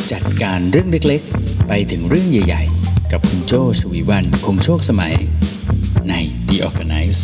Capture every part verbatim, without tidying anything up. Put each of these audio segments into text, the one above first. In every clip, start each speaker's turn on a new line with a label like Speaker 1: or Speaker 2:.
Speaker 1: จัดการเรื่องเล็กๆไปถึงเรื่องใหญ่ๆกับคุณโจ้ชวีวรรณคงโชคสมัยใน The Organize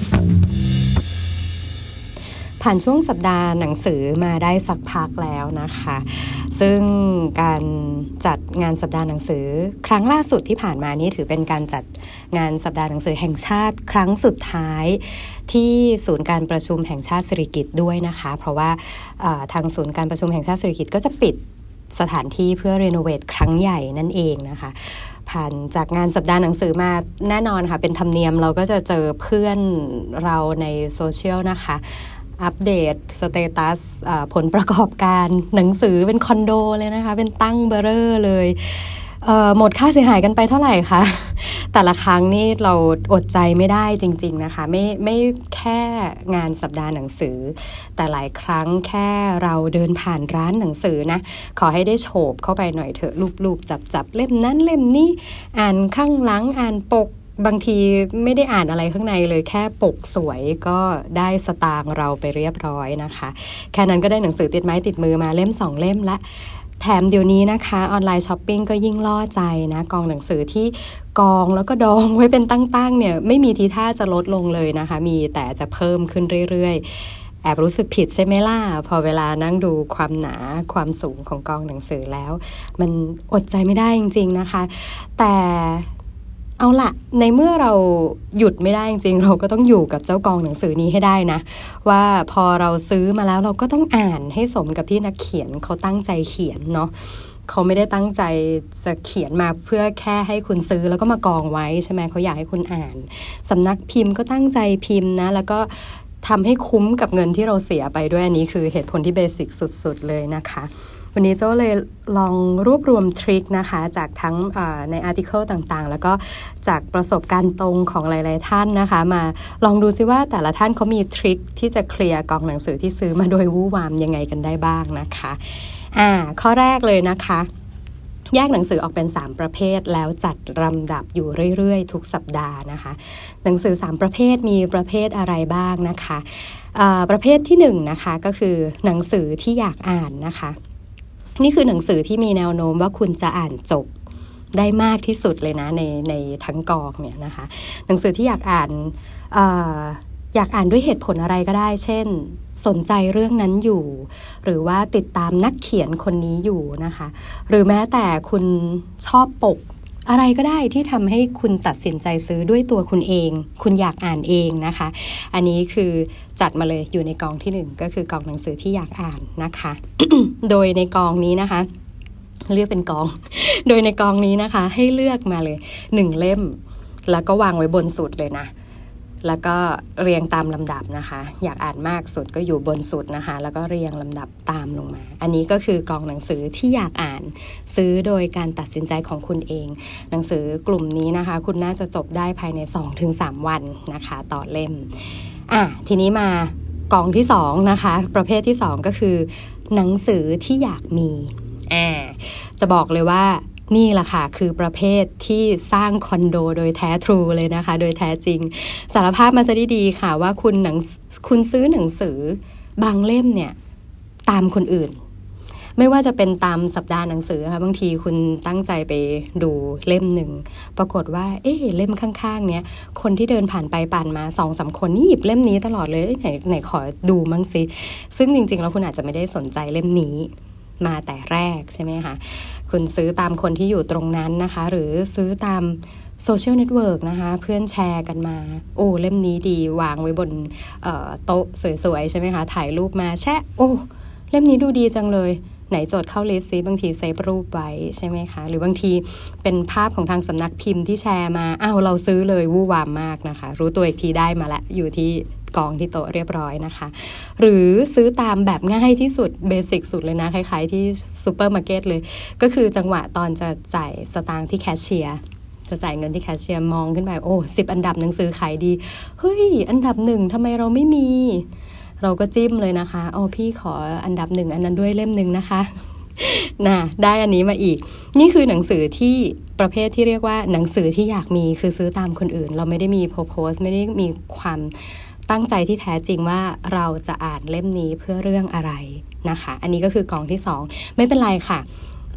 Speaker 2: ผ่านช่วงสัปดาห์หนังสือมาได้สักพักแล้วนะคะซึ่งการจัดงานสัปดาห์หนังสือครั้งล่าสุดที่ผ่านมานี้ถือเป็นการจัดงานสัปดาห์หนังสือแห่งชาติครั้งสุดท้ายที่ศูนย์การประชุมแห่งชาติสิริกิติ์ด้วยนะคะเพราะว่าทางศูนย์การประชุมแห่งชาติสิริกิติ์ก็จะปิดสถานที่เพื่อรีโนเวทครั้งใหญ่นั่นเองนะคะผ่านจากงานสัปดาห์หนังสือมาแน่นอนค่ะเป็นธรรมเนียมเราก็จะเจอเพื่อนเราในโซเชียลนะคะอัปเดตสเตตัสผลประกอบการหนังสือเป็นคอนโดเลยนะคะเป็นตั้งเบอร์เรอร์เลยเอ่อหมดค่าเสียหายกันไปเท่าไหร่คะแต่ละครั้งนี่เราอดใจไม่ได้จริงๆนะคะไม่ไม่แค่งานสัปดาห์หนังสือแต่หลายครั้งแค่เราเดินผ่านร้านหนังสือนะขอให้ได้โฉบเข้าไปหน่อยเถอะรูปๆจับๆเล่มนั้นเล่มนี้อ่านข้างหลังอ่านปกบางทีไม่ได้อ่านอะไรข้างในเลยแค่ปกสวยก็ได้สตางค์เราไปเรียบร้อยนะคะแค่นั้นก็ได้หนังสือติดไม้ติดมือมาเล่มสองเล่มละแถมเดี๋ยวนี้นะคะออนไลน์ช้อปปิ้งก็ยิ่งล่อใจนะกองหนังสือที่กองแล้วก็ดองไว้เป็นตั้งๆเนี่ยไม่มีทีท่าจะลดลงเลยนะคะมีแต่จะเพิ่มขึ้นเรื่อยๆแอบรู้สึกผิดใช่ไหมล่ะพอเวลานั่งดูความหนาความสูงของกองหนังสือแล้วมันอดใจไม่ได้จริงๆนะคะแต่เอาล่ะในเมื่อเราหยุดไม่ได้จริงๆเราก็ต้องอยู่กับเจ้ากองหนังสือนี้ให้ได้นะว่าพอเราซื้อมาแล้วเราก็ต้องอ่านให้สมกับที่นักเขียนเขาตั้งใจเขียนเนาะเขาไม่ได้ตั้งใจจะเขียนมาเพื่อแค่ให้คุณซื้อแล้วก็มากองไว้ใช่ไหมเขาอยากให้คุณอ่านสำนักพิมพ์ก็ตั้งใจพิมพ์นะแล้วก็ทำให้คุ้มกับเงินที่เราเสียไปด้วยอันนี้คือเหตุผลที่เบสิกสุดๆเลยนะคะวันนี้โจ้เลยลองรวบรวมทริคนะคะจากทั้งในอาร์ติเคิลต่างๆแล้วก็จากประสบการณ์ตรงของหลายๆท่านนะคะมาลองดูซิว่าแต่ละท่านเขามีทริคที่จะเคลียร์กองหนังสือที่ซื้อมาโดยวู่วามยังไงกันได้บ้างนะคะอ่าข้อแรกเลยนะคะแยกหนังสือออกเป็นสามประเภทแล้วจัดลำดับอยู่เรื่อยๆทุกสัปดาห์นะคะหนังสือสามประเภทมีประเภทอะไรบ้างนะคะประเภทที่หนึ่งนะคะก็คือหนังสือที่อยากอ่านนะคะนี่คือหนังสือที่มีแนวโน้มว่าคุณจะอ่านจบได้มากที่สุดเลยนะในในทั้งกองเนี่ยนะคะหนังสือที่อยากอ่านเอ่ออยากอ่านด้วยเหตุผลอะไรก็ได้เช่นสนใจเรื่องนั้นอยู่หรือว่าติดตามนักเขียนคนนี้อยู่นะคะหรือแม้แต่คุณชอบปกอะไรก็ได้ที่ทำให้คุณตัดสินใจซื้อด้วยตัวคุณเองคุณอยากอ่านเองนะคะอันนี้คือจัดมาเลยอยู่ในกองที่หนึ่งก็คือกองหนังสือที่อยากอ่านนะคะ โดยในกองนี้นะคะเลือกเป็นกอง โดยในกองนี้นะคะให้เลือกมาเลยหนึ่งเล่มแล้วก็วางไว้บนสุดเลยนะแล้วก็เรียงตามลำดับนะคะอยากอ่านมากสุดก็อยู่บนสุดนะคะแล้วก็เรียงลำดับตามลงมาอันนี้ก็คือกองหนังสือที่อยากอ่านซื้อโดยการตัดสินใจของคุณเองหนังสือกลุ่มนี้นะคะคุณน่าจะจบได้ภายใน สองถึงสาม วันนะคะต่อเล่มอ่ะทีนี้มากองที่สองนะคะประเภทที่สองก็คือหนังสือที่อยากมีอ่าจะบอกเลยว่านี่แหละค่ะคือประเภทที่สร้างคอนโดโดยแท้ทรูเลยนะคะโดยแท้จริงสารภาพมาซะดีๆค่ะว่าคุณหนังคุณซื้อหนังสือบางเล่มเนี่ยตามคนอื่นไม่ว่าจะเป็นตามสัปดาห์หนังสือค่ะบางทีคุณตั้งใจไปดูเล่มหนึ่งปรากฏว่าเอ๊ะเล่มข้างๆเนี้ยคนที่เดินผ่านไปผ่านมา สองสาม คนนี่หยิบเล่มนี้ตลอดเลยไหนไหนขอดูมั่งสิซึ่งจริงๆแล้วคุณอาจจะไม่ได้สนใจเล่มนี้มาแต่แรกใช่ไหมคะคุณซื้อตามคนที่อยู่ตรงนั้นนะคะหรือซื้อตามโซเชียลเน็ตเวิร์กนะคะเพื่อนแชร์กันมาโอ้เล่มนี้ดีวางไว้บนโต๊ะสวยๆใช่ไหมคะถ่ายรูปมาแชะโอ้เล่มนี้ดูดีจังเลยไหนจดเข้าลิสต์ซิบางทีเซฟรูปไว้ใช่ไหมคะหรือบางทีเป็นภาพของทางสำนักพิมพ์ที่แชร์มาอ้าวเราซื้อเลยวู่วามมากนะคะรู้ตัวอีกทีได้มาละอยู่ที่กองที่โต๊ะเรียบร้อยนะคะหรือซื้อตามแบบง่ายที่สุดเบสิกสุดเลยนะคล้ายๆที่ซูเปอร์มาร์เก็ตเลยก็คือจังหวะตอนจะจ่ายสตางค์ที่แคชเชียร์จะจ่ายเงินที่แคชเชียร์มองขึ้นไปโอ้สิบอันดับหนังสือขายดีเฮ้ยอันดับหนึ่งทำไมเราไม่มีเราก็จิ้มเลยนะคะอ๋อพี่ขออันดับหนึ่งอันนั้นด้วยเล่มหนึ่งนะคะน่ะได้อันนี้มาอีกนี่คือหนังสือที่ประเภทที่เรียกว่าหนังสือที่อยากมีคือซื้อตามคนอื่นเราไม่ได้มี purpose ไม่ได้มีความตั้งใจที่แท้จริงว่าเราจะอ่านเล่มนี้เพื่อเรื่องอะไรนะคะอันนี้ก็คือกองที่สองไม่เป็นไรค่ะ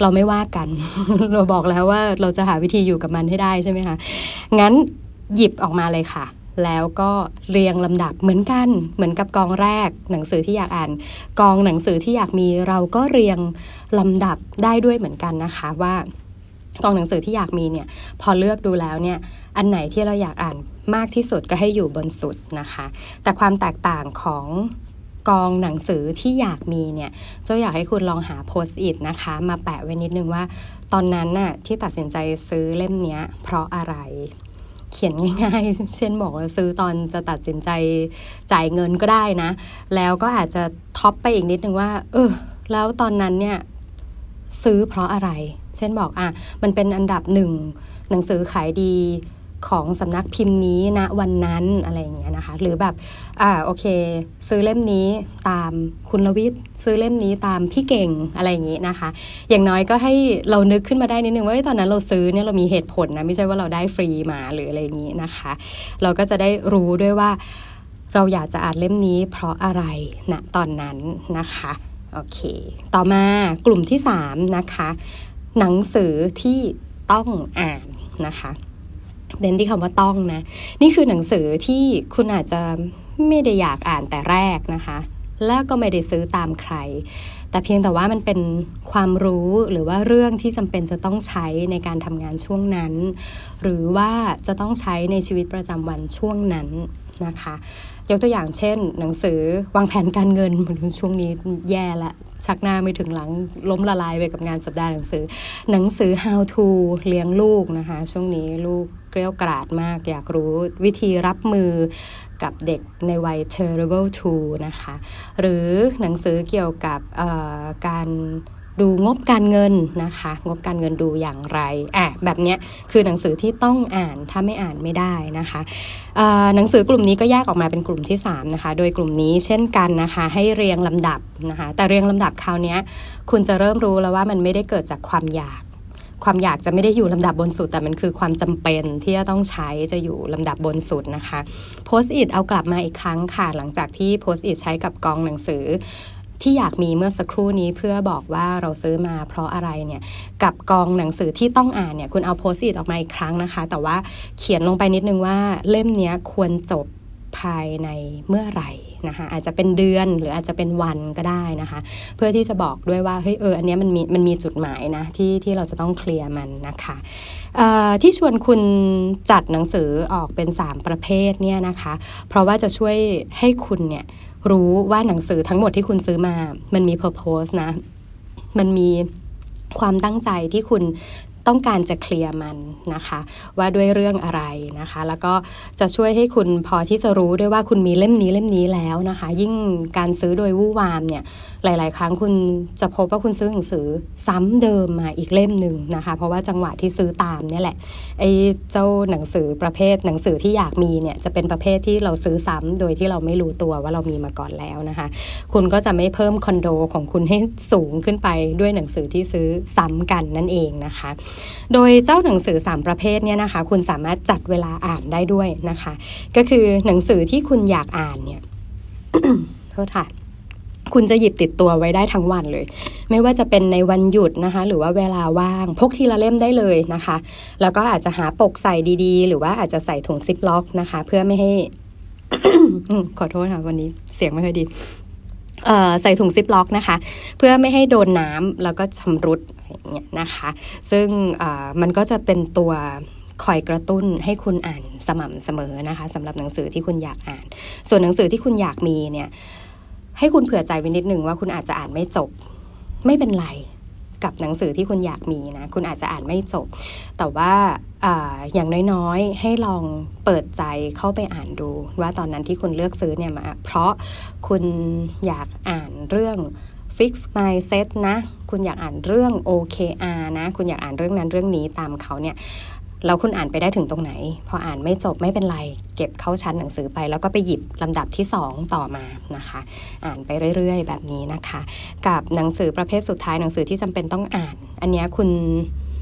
Speaker 2: เราไม่ว่ากัน เราบอกแล้วว่าเราจะหาวิธีอยู่กับมันให้ได้ใช่ไหมคะงั้นหยิบออกมาเลยค่ะแล้วก็เรียงลำดับเหมือนกันเหมือนกับกองแรกหนังสือที่อยากอ่านกองหนังสือที่อยากมีเราก็เรียงลำดับได้ด้วยเหมือนกันนะคะว่ากองหนังสือที่อยากมีเนี่ยพอเลือกดูแล้วเนี่ยอันไหนที่เราอยากอ่านมากที่สุดก็ให้อยู่บนสุดนะคะแต่ความแตกต่างของกองหนังสือที่อยากมีเนี่ยเจ้าอยากให้คุณลองหาโพสต์อิทนะคะมาแปะไว้นิดนึงว่าตอนนั้นน่ะที่ตัดสินใจซื้อเล่มนี้เพราะอะไรเขียนง่ายๆเช่นบอกว่าซื้อตอนจะตัดสินใจจ่ายเงินก็ได้นะแล้วก็อาจจะท็อปไปอีกนิดนึงว่าเออแล้วตอนนั้นเนี่ยซื้อเพราะอะไรเช่นบอกอ่ะมันเป็นอันดับหนึ่งหนังสือขายดีของสำนักพิมพ์นี้ณวันนั้นอะไรอย่างเงี้ยนะคะหรือแบบอ่าโอเคซื้อเล่มนี้ตามคุณลวิทย์ซื้อเล่มนี้ตามพี่เก่งอะไรอย่างงี้นะคะอย่างน้อยก็ให้เรานึกขึ้นมาได้นิดนึงว่าตอนนั้นเราซื้อเนี่ยเรามีเหตุผลนะไม่ใช่ว่าเราได้ฟรีมาหรืออะไรอย่างงี้นะคะเราก็จะได้รู้ด้วยว่าเราอยากจะอ่านเล่มนี้เพราะอะไรณตอนนั้นนะคะโอเคต่อมากลุ่มที่สามนะคะหนังสือที่ต้องอ่านนะคะเน้นที่คำว่าต้องนะนี่คือหนังสือที่คุณอาจจะไม่ได้อยากอ่านแต่แรกนะคะแล้วก็ไม่ได้ซื้อตามใครแต่เพียงแต่ว่ามันเป็นความรู้หรือว่าเรื่องที่จำเป็นจะต้องใช้ในการทำงานช่วงนั้นหรือว่าจะต้องใช้ในชีวิตประจำวันช่วงนั้นนะคะยกตัวอย่างเช่นหนังสือวางแผนการเงินช่วงนี้แย่ละชักหน้าไม่ถึงหลังล้มละลายไปกับงานสัปดาห์หนังสือหนังสือ how to เลี้ยงลูกนะคะช่วงนี้ลูกเกลี้ยกล่อมมากอยากรู้วิธีรับมือกับเด็กในวัย terrible two นะคะหรือหนังสือเกี่ยวกับการดูงบการเงินนะคะงบการเงินดูอย่างไรอ่ะแบบเนี้ยคือหนังสือที่ต้องอ่านถ้าไม่อ่านไม่ได้นะคะหนังสือกลุ่มนี้ก็แยกออกมาเป็นกลุ่มที่สามนะคะโดยกลุ่มนี้เช่นกันนะคะให้เรียงลำดับนะคะแต่เรียงลำดับคราวนี้คุณจะเริ่มรู้แล้วว่ามันไม่ได้เกิดจากความอยากความอยากจะไม่ได้อยู่ลำดับบนสุดแต่มันคือความจำเป็นที่จะต้องใช้จะอยู่ลำดับบนสุดนะคะโพสต์อิทเอากลับมาอีกครั้งค่ะหลังจากที่โพสต์อิทใช้กับกองหนังสือที่อยากมีเมื่อสักครู่นี้เพื่อบอกว่าเราซื้อมาเพราะอะไรเนี่ยกับกองหนังสือที่ต้องอ่านเนี่ยคุณเอาโพสต์อิทออกมาอีกครั้งนะคะแต่ว่าเขียนลงไปนิดนึงว่าเล่มนี้ควรจบภายในเมื่อไหร่นะคะอาจจะเป็นเดือนหรืออาจจะเป็นวันก็ได้นะคะเพื่อที่จะบอกด้วยว่าเฮ้ยเอออันนี้มันมีมันมีจุดหมายนะที่ที่เราจะต้องเคลียร์มันนะคะที่ชวนคุณจัดหนังสือออกเป็นสามประเภทเนี่ยนะคะเพราะว่าจะช่วยให้คุณเนี่ยรู้ว่าหนังสือทั้งหมดที่คุณซื้อมามันมี purpose นะมันมีความตั้งใจที่คุณต้องการจะเคลียร์มันนะคะว่าด้วยเรื่องอะไรนะคะแล้วก็จะช่วยให้คุณพอที่จะรู้ด้วยว่าคุณมีเล่มนี้เล่มนี้แล้วนะคะยิ่งการซื้อโดยวู่วามเนี่ยหลายๆครั้งคุณจะพบว่าคุณซื้อหนังสือซ้ำเดิมมาอีกเล่มหนึ่งนะคะเพราะว่าจังหวะที่ซื้อตามเนี่ยแหละไอ้เจ้าหนังสือประเภทหนังสือที่อยากมีเนี่ยจะเป็นประเภทที่เราซื้อซ้ำโดยที่เราไม่รู้ตัวว่าเรามีมาก่อนแล้วนะคะคุณก็จะไม่เพิ่มคอนโดของคุณให้สูงขึ้นไปด้วยหนังสือที่ซื้อซ้ำกันนั่นเองนะคะโดยเจ้าหนังสือสามประเภทเนี่ยนะคะคุณสามารถจัดเวลาอ่านได้ด้วยนะคะก็คือหนังสือที่คุณอยากอ่านเนี่ย โทษค่ะคุณจะหยิบติดตัวไว้ได้ทั้งวันเลยไม่ว่าจะเป็นในวันหยุดนะคะหรือว่าเวลาว่างพกทีละเล่มได้เลยนะคะแล้วก็อาจจะหาปกใส่ดีๆหรือว่าอาจจะใส่ถุงซิปล็อกนะคะเพื่อไม่ให้ ขอโทษค่ะวันนี้เสียงไม่ค่อยดีใส่ถุงซิปล็อกนะคะเพื่อไม่ให้โดนน้ำแล้วก็ชำรุดอย่างเงี้ยนะคะซึ่งมันก็จะเป็นตัวคอยกระตุ้นให้คุณอ่านสม่ำเสมอนะคะสำหรับหนังสือที่คุณอยากอ่านส่วนหนังสือที่คุณอยากมีเนี่ยให้คุณเผื่อใจไว้นิดนึงว่าคุณอาจจะอ่านไม่จบไม่เป็นไรกับหนังสือที่คุณอยากมีนะคุณอาจจะอ่านไม่จบแต่ว่าอ่าอย่างน้อยๆให้ลองเปิดใจเข้าไปอ่านดูว่าตอนนั้นที่คุณเลือกซื้อเนี่ยมาเพราะคุณอยากอ่านเรื่อง Fix Mindset นะคุณอยากอ่านเรื่อง โอ เค อาร์ นะคุณอยากอ่านเรื่องนั้นเรื่องนี้ตามเขาเนี่ยแล้วคุณอ่านไปได้ถึงตรงไหนพออ่านไม่จบไม่เป็นไรเก็บเข้าชั้นหนังสือไปแล้วก็ไปหยิบลำดับที่สองต่อมานะคะอ่านไปเรื่อยๆแบบนี้นะคะกับหนังสือประเภทสุดท้ายหนังสือที่จำเป็นต้องอ่านอันนี้คุณ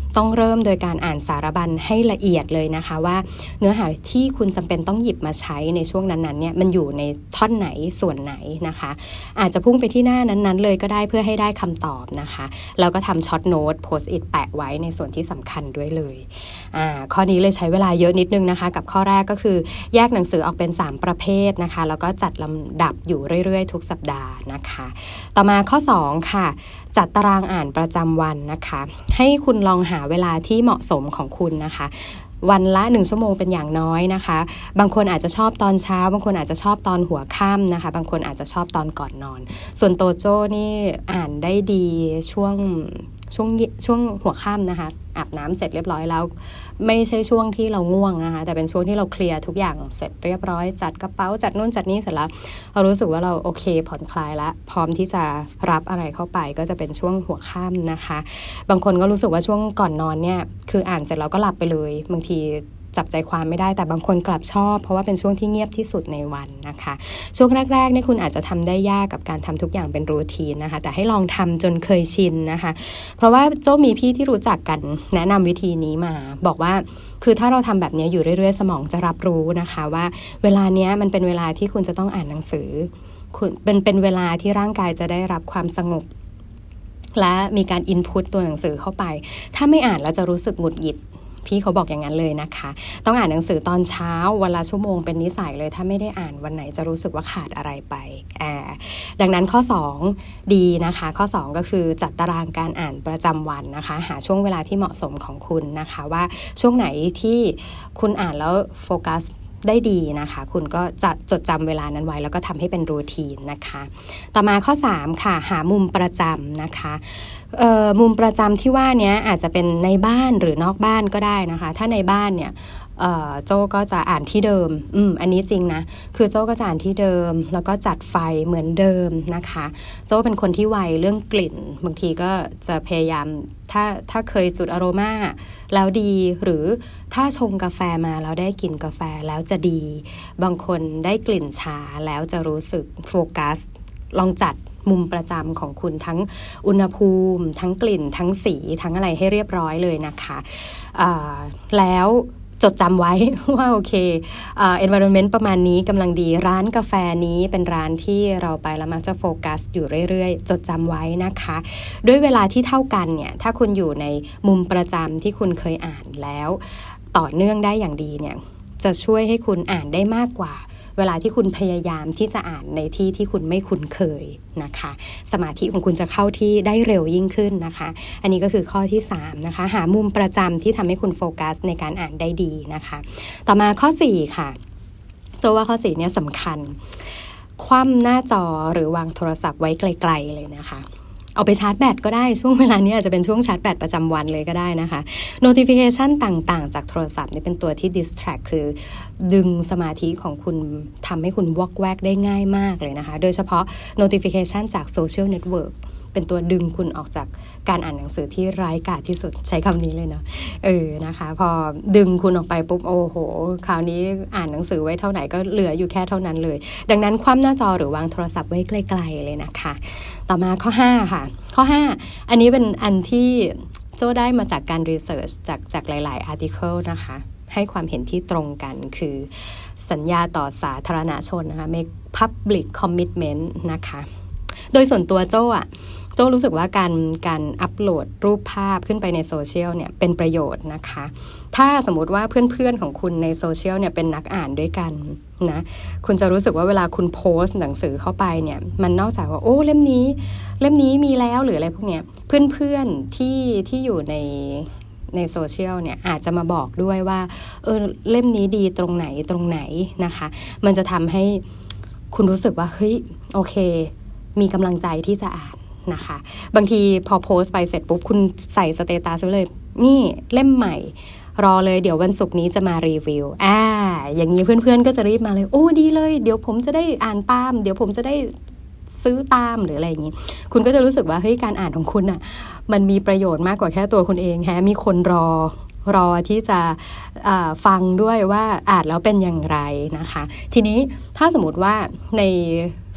Speaker 2: ต้องเริ่มโดยการอ่านสารบัญให้ละเอียดเลยนะคะว่าเนื้อหาที่คุณจำเป็นต้องหยิบมาใช้ในช่วงนั้นๆเนี่ยมันอยู่ในท่อนไหนส่วนไหนนะคะอาจจะพุ่งไปที่หน้านั้นๆเลยก็ได้เพื่อให้ได้คำตอบนะคะแล้วก็ทำช็อตโน้ตโพสต์อิทแปะไว้ในส่วนที่สำคัญด้วยเลยอ่าข้อนี้เลยใช้เวลาเยอะนิดนึงนะคะกับข้อแรกก็คือแยกหนังสือออกเป็นสามประเภทนะคะแล้วก็จัดลำดับอยู่เรื่อยๆทุกสัปดาห์นะคะต่อมาข้อสองค่ะจัดตารางอ่านประจำวันนะคะให้คุณลองหาเวลาที่เหมาะสมของคุณนะคะวันละหนึ่งชั่วโมงเป็นอย่างน้อยนะคะบางคนอาจจะชอบตอนเช้าบางคนอาจจะชอบตอนหัวค่ำนะคะบางคนอาจจะชอบตอนก่อนนอนส่วนโตโจ้นี่อ่านได้ดีช่วงช่วงช่วงหัวค่ำนะคะอาบน้ำเสร็จเรียบร้อยแล้วไม่ใช่ช่วงที่เราง่วงนะคะแต่เป็นช่วงที่เราเคลียร์ทุกอย่างเสร็จเรียบร้อยจัดกระเป๋าจัดนู่นจัดนี่เสร็จแล้วเรารู้สึกว่าเราโอเคผ่อนคลายแล้วพร้อมที่จะรับอะไรเข้าไปก็จะเป็นช่วงหัวค่ำนะคะบางคนก็รู้สึกว่าช่วงก่อนนอนเนี่ยคืออ่านเสร็จแล้วก็หลับไปเลยบางทีจับใจความไม่ได้แต่บางคนกลับชอบเพราะว่าเป็นช่วงที่เงียบที่สุดในวันนะคะช่วงแรกๆนี่คุณอาจจะทำได้ยากกับการทำทุกอย่างเป็นรูทีนนะคะแต่ให้ลองทำจนเคยชินนะคะเพราะว่าโจ้มีพี่ที่รู้จักกันแนะนำวิธีนี้มาบอกว่าคือถ้าเราทำแบบนี้อยู่เรื่อยๆสมองจะรับรู้นะคะว่าเวลาเนี้ยมันเป็นเวลาที่คุณจะต้องอ่านหนังสือคุณเป็นเป็นเวลาที่ร่างกายจะได้รับความสงบและมีการอินพุตตัวหนังสือเข้าไปถ้าไม่อ่านแล้วจะรู้สึกหงุดหงิดพี่เขาบอกอย่างนั้นเลยนะคะต้องอ่านหนังสือตอนเช้าวันละชั่วโมงเป็นนิสัยเลยถ้าไม่ได้อ่านวันไหนจะรู้สึกว่าขาดอะไรไปอ่าดังนั้นข้อสองดีนะคะข้อสองก็คือจัดตารางการอ่านประจำวันนะคะหาช่วงเวลาที่เหมาะสมของคุณนะคะว่าช่วงไหนที่คุณอ่านแล้วโฟกัสได้ดีนะคะคุณก็จะจดจำเวลานั้นไว้แล้วก็ทำให้เป็นรูทีนนะคะต่อมาข้อสามค่ะหามุมประจำนะคะเอ่อมุมประจำที่ว่านี้อาจจะเป็นในบ้านหรือนอกบ้านก็ได้นะคะถ้าในบ้านเนี่ยเอ่อโจ้ก็จะอ่านที่เดิมอืมอันนี้จริงนะคือโจ้ก็จะอ่านที่เดิมแล้วก็จัดไฟเหมือนเดิมนะคะโจ้เป็นคนที่ไวเรื่องกลิ่นบางทีก็จะพยายามถ้าถ้าเคยจุดอโรมาแล้วดีหรือถ้าชงกาแฟมาแล้วได้กลิ่นกาแฟแล้วจะดีบางคนได้กลิ่นชาแล้วจะรู้สึกโฟกัสลองจัดมุมประจำของคุณทั้งอุณหภูมิทั้งกลิ่นทั้งสีทั้งอะไรให้เรียบร้อยเลยนะคะแล้วจดจำไว้ว่าโอเคเอ่อ environment ประมาณนี้กำลังดีร้านกาแฟนี้เป็นร้านที่เราไปแล้วมักจะโฟกัสอยู่เรื่อยๆจดจำไว้นะคะด้วยเวลาที่เท่ากันเนี่ยถ้าคุณอยู่ในมุมประจำที่คุณเคยอ่านแล้วต่อเนื่องได้อย่างดีเนี่ยจะช่วยให้คุณอ่านได้มากกว่าเวลาที่คุณพยายามที่จะอ่านในที่ที่คุณไม่คุ้นเคยนะคะสมาธิของคุณจะเข้าที่ได้เร็วยิ่งขึ้นนะคะอันนี้ก็คือข้อที่สามนะคะหามุมประจำที่ทำให้คุณโฟกัสในการอ่านได้ดีนะคะต่อมาข้อสี่ค่ะโจว่าข้อสี่เนี่ยสำคัญคว่ำหน้าจอหรือวางโทรศัพท์ไว้ไกลๆเลยนะคะเอาไปชาร์จแบตก็ได้ช่วงเวลานี้อาจจะเป็นช่วงชาร์จแบตประจำวันเลยก็ได้นะคะ notification ต่างๆจากโทรศัพท์นี่เป็นตัวที่ distract คือดึงสมาธิของคุณทำให้คุณวอกแวกได้ง่ายมากเลยนะคะโดยเฉพาะ notification จาก social network เป็นตัวดึงคุณออกจากการอ่านหนังสือที่ร้ายกาจที่สุดใช้คำนี้เลยเนาะเออนะคะพอดึงคุณออกไปปุ๊บโอ้โหคราวนี้อ่านหนังสือไว้เท่าไหร่ก็เหลืออยู่แค่เท่านั้นเลยดังนั้นคว่ำหน้าจอหรือวางโทรศัพท์ไว้ไกลๆเลยนะคะต่อมาข้อห้าค่ะข้อห้าอันนี้เป็นอันที่โจ้ได้มาจากการรีเสิร์ชจากจากหลายๆอาร์ติเคิลนะคะให้ความเห็นที่ตรงกันคือสัญญาต่อสาธารณชนนะคะ make public commitment นะคะโดยส่วนตัวโจ้อะโจ้รู้สึกว่าการการอัปโหลดรูปภาพขึ้นไปในโซเชียลเนี่ยเป็นประโยชน์นะคะถ้าสมมุติว่าเพื่อนๆของคุณในโซเชียลเนี่ยเป็นนักอ่านด้วยกันนะคุณจะรู้สึกว่าเวลาคุณโพสต์หนังสือเข้าไปเนี่ยมันนอกจากว่าโอ้เล่มนี้เล่มนี้มีแล้วหรืออะไรพวกเนี้ยเพื่อนๆที่ที่อยู่ในในโซเชียลเนี่ยอาจจะมาบอกด้วยว่าเออเล่มนี้ดีตรงไหนตรงไหนนะคะมันจะทำให้คุณรู้สึกว่าเฮ้ยโอเคมีกำลังใจที่จะอ่านนะคะบางทีพอโพสต์ไปเสร็จปุ๊บคุณใส่สเตตัสไว้เลยนี่เล่มใหม่รอเลยเดี๋ยววันศุกร์นี้จะมารีวิวอ่าอย่างนี้เพื่อนๆก็จะรีบมาเลยโอ้ดีเลยเดี๋ยวผมจะได้อ่านตามเดี๋ยวผมจะได้ซื้อตามหรืออะไรอย่างนี้คุณก็จะรู้สึกว่าเฮ้ยการอ่านของคุณอ่ะมันมีประโยชน์มากกว่าแค่ตัวคุณเองแฮะมีคนรอรอที่จะฟังด้วยว่าอ่านแล้วเป็นอย่างไรนะคะทีนี้ถ้าสมมติว่าใน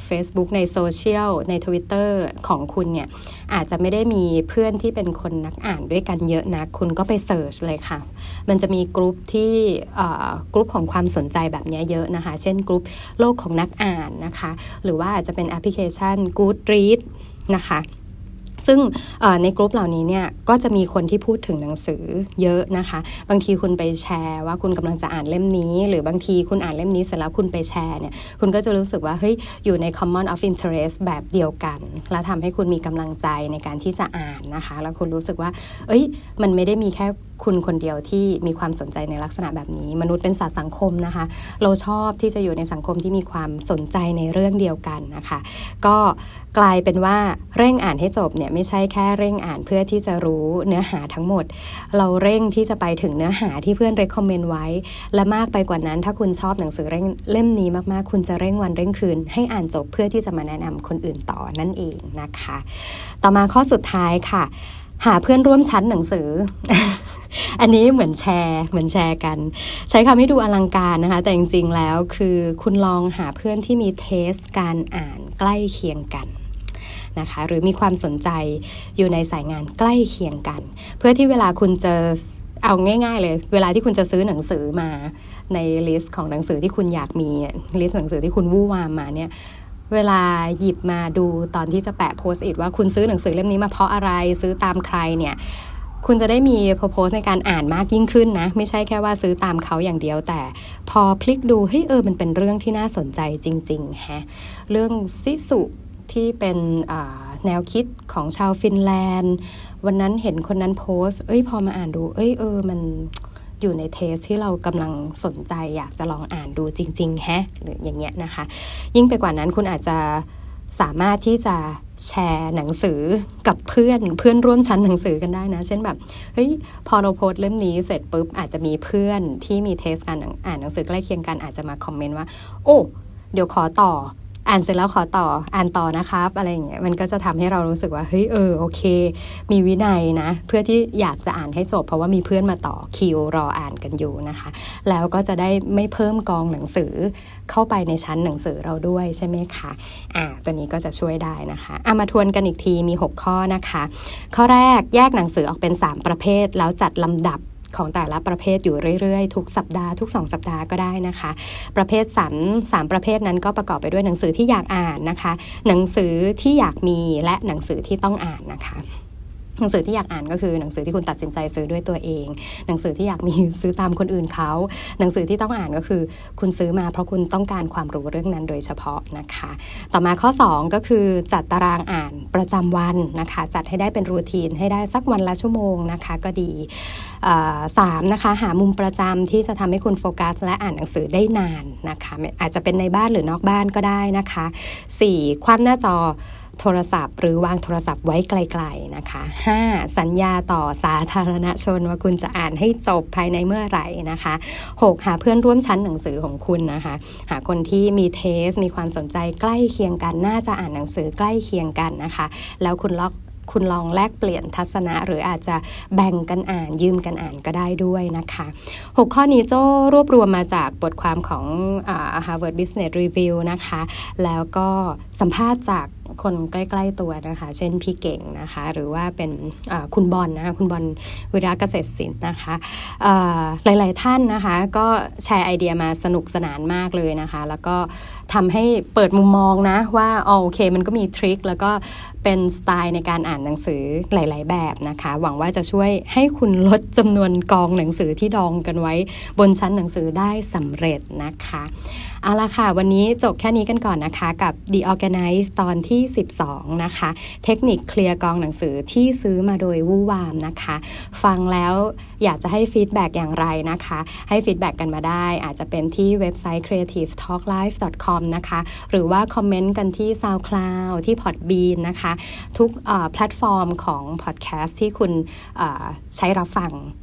Speaker 2: Facebook ในโซเชียลใน Twitter ของคุณเนี่ยอาจจะไม่ได้มีเพื่อนที่เป็นคนนักอ่านด้วยกันเยอะนะคุณก็ไปเสิร์ชเลยค่ะมันจะมีกลุ่มที่กลุ่มของความสนใจแบบนี้เยอะนะคะเช่นกลุ่มโลกของนักอ่านนะคะหรือว่าอาจจะเป็นแอปพลิเคชัน Goodreads นะคะซึ่งในกลุ่มเหล่านี้เนี่ยก็จะมีคนที่พูดถึงหนังสือเยอะนะคะบางทีคุณไปแชร์ว่าคุณกำลังจะอ่านเล่มนี้หรือบางทีคุณอ่านเล่มนี้เสร็จแล้วคุณไปแชร์เนี่ยคุณก็จะรู้สึกว่าเฮ้ยอยู่ใน common of interest แบบเดียวกันแล้วทำให้คุณมีกำลังใจในการที่จะอ่านนะคะแล้วคุณรู้สึกว่าเอ้ยมันไม่ได้มีแค่คุณคนเดียวที่มีความสนใจในลักษณะแบบนี้มนุษย์เป็นสัตว์สังคมนะคะเราชอบที่จะอยู่ในสังคมที่มีความสนใจในเรื่องเดียวกันนะคะก็กลายเป็นว่าเร่งอ่านให้จบเนี่ยไม่ใช่แค่เร่งอ่านเพื่อที่จะรู้เนื้อหาทั้งหมดเราเร่งที่จะไปถึงเนื้อหาที่เพื่อน recommend ไว้และมากไปกว่านั้นถ้าคุณชอบหนังสือเล่มนี้มากๆคุณจะเร่งวันเร่งคืนให้อ่านจบเพื่อที่จะมาแนะนำคนอื่นต่อนั่นเองนะคะต่อมาข้อสุดท้ายค่ะหาเพื่อนร่วมชั้นหนังสือ อันนี้เหมือนแชร์เหมือนแชร์กันใช้คำให้ดูอลังการนะคะแต่จริงๆแล้วคือคุณลองหาเพื่อนที่มีเทสการอ่านใกล้เคียงกันนะคะหรือมีความสนใจอยู่ในสายงานใกล้เคียงกันเพื่อที่เวลาคุณจะเอาง่ายๆเลยเวลาที่คุณจะซื้อหนังสือมาในลิสต์ของหนังสือที่คุณอยากมีลิสต์หนังสือที่คุณวู่วามมาเนี่ยเวลาหยิบมาดูตอนที่จะแปะโพสต์อิทว่าคุณซื้อหนังสือเล่มนี้มาเพราะอะไรซื้อตามใครเนี่ยคุณจะได้มีโพสต์ในการอ่านมากยิ่งขึ้นนะไม่ใช่แค่ว่าซื้อตามเขาอย่างเดียวแต่พอพลิกดูเฮ้ยเออมันเป็นเรื่องที่น่าสนใจจริงๆฮะเรื่องซิสุที่เป็นแนวคิดของชาวฟินแลนด์วันนั้นเห็นคนนั้นโพสต์เอ้ยพอมาอ่านดูเอ้ยเออมันอยู่ในเทสที่เรากำลังสนใจอยากจะลองอ่านดูจริงๆแฮะหรืออย่างเงี้ยนะคะยิ่งไปกว่านั้นคุณอาจจะสามารถที่จะแชร์หนังสือกับเพื่อนเพื่อนร่วมชั้นหนังสือกันได้นะเช่นแบบเฮ้ยพอเราโพสต์เล่มนี้เสร็จปุ๊บอาจจะมีเพื่อนที่มีเทสการอ่านหนังสือใกล้เคียงกันอาจจะมาคอมเมนต์ว่าโอ้เดี๋ยวขอต่ออ่านเสร็จแล้วขอต่ออ่านต่อนะครับอะไรอย่างเงี้ยมันก็จะทำให้เรารู้สึกว่าเฮ้ยเออโอเคมีวินัยนะเพื่อที่อยากจะอ่านให้จบเพราะว่ามีเพื่อนมาต่อคิวรออ่านกันอยู่นะคะแล้วก็จะได้ไม่เพิ่มกองหนังสือเข้าไปในชั้นหนังสือเราด้วยใช่ไหมคะอ่าตัวนี้ก็จะช่วยได้นะคะอ่ะมาทวนกันอีกทีมีหกข้อนะคะข้อแรกแยกหนังสือออกเป็นสามประเภทแล้วจัดลำดับของแต่ละประเภทอยู่เรื่อยๆทุกสัปดาห์ทุกสองสัปดาห์ก็ได้นะคะประเภทสามสามประเภทนั้นก็ประกอบไปด้วยหนังสือที่อยากอ่านนะคะหนังสือที่อยากมีและหนังสือที่ต้องอ่านนะคะหนังสือที่อยากอ่านก็คือหนังสือที่คุณตัดสินใจซื้อด้วยตัวเองหนังสือที่อยากมีซื้อตามคนอื่นเขาหนังสือที่ต้องอ่านก็คือคุณซื้อมาเพราะคุณต้องการความรู้เรื่องนั้นโดยเฉพาะนะคะต่อมาข้อสองก็คือจัดตารางอ่านประจำวันนะคะจัดให้ได้เป็นรูทีนให้ได้สักวันละชั่วโมงนะคะก็ดีสามนะคะหามุมประจำที่จะทำให้คุณโฟกัสและอ่านหนังสือได้นานนะคะอาจจะเป็นในบ้านหรือนอกบ้านก็ได้นะคะสี่คว่ำหน้าจอโทรศัพท์หรือวางโทรศัพท์ไว้ไกลๆนะคะห้าสัญญาต่อสาธารณชนว่าคุณจะอ่านให้จบภายในเมื่อไหร่นะคะหกหาเพื่อนร่วมชั้นหนังสือของคุณนะคะหาคนที่มีเทสมีความสนใจใกล้เคียงกันน่าจะอ่านหนังสือใกล้เคียงกันนะคะแล้วคุณล็อกคุณลองแลกเปลี่ยนทัศนะหรืออาจจะแบ่งกันอ่านยืมกันอ่านก็ได้ด้วยนะคะหกข้อนี้โจ้รวบรวมมาจากบทความของอ่า Harvard Business Review นะคะแล้วก็สัมภาษณ์จากคนใกล้ๆตัวนะคะเช่นพี่เก่งนะคะหรือว่าเป็นคุณบอลนะคะคุณบอลวิระเกษตรศิลป์นะคะหลายๆท่านนะคะก็แชร์ไอเดียมาสนุกสนานมากเลยนะคะแล้วก็ทำให้เปิดมุมมองนะว่าอ๋อโอเคมันก็มีทริคแล้วก็เป็นสไตล์ในการอ่านหนังสือหลายๆแบบนะคะหวังว่าจะช่วยให้คุณลดจำนวนกองหนังสือที่ดองกันไว้บนชั้นหนังสือได้สำเร็จนะคะเอาละค่ะวันนี้จบแค่นี้กันก่อนนะคะกับ The Organize ตอนที่สิบสองนะคะเทคนิคเคลียร์กองหนังสือที่ซื้อมาโดยวู่วามนะคะฟังแล้วอยากจะให้ฟีดแบ็กอย่างไรนะคะให้ฟีดแบ็กกันมาได้อาจจะเป็นที่เว็บไซต์ creative talk live dot com นะคะหรือว่าคอมเมนต์กันที่ SoundCloud ที่ Podbean นะคะทุกแพลตฟอร์มของพอดแคสต์ที่คุณใช้รับฟัง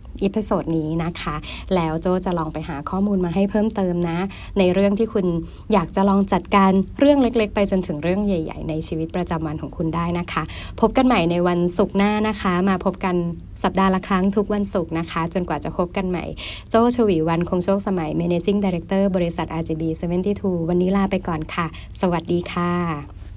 Speaker 2: อีพิโซดนี้นะคะแล้วโจจะลองไปหาข้อมูลมาให้เพิ่มเติมนะในเรื่องที่คุณอยากจะลองจัดการเรื่องเล็กๆไปจนถึงเรื่องใหญ่ๆในชีวิตประจำวันของคุณได้นะคะพบกันใหม่ในวันศุกร์หน้านะคะมาพบกันสัปดาห์ละครั้งทุกวันศุกร์นะคะจนกว่าจะพบกันใหม่โจชวีวรรณคงโชคสมัย Managing Director บริษัท อาร์ จี บี เจ็ดสิบสอง วันนี้ลาไปก่อนค่ะสวัสดีค่ะ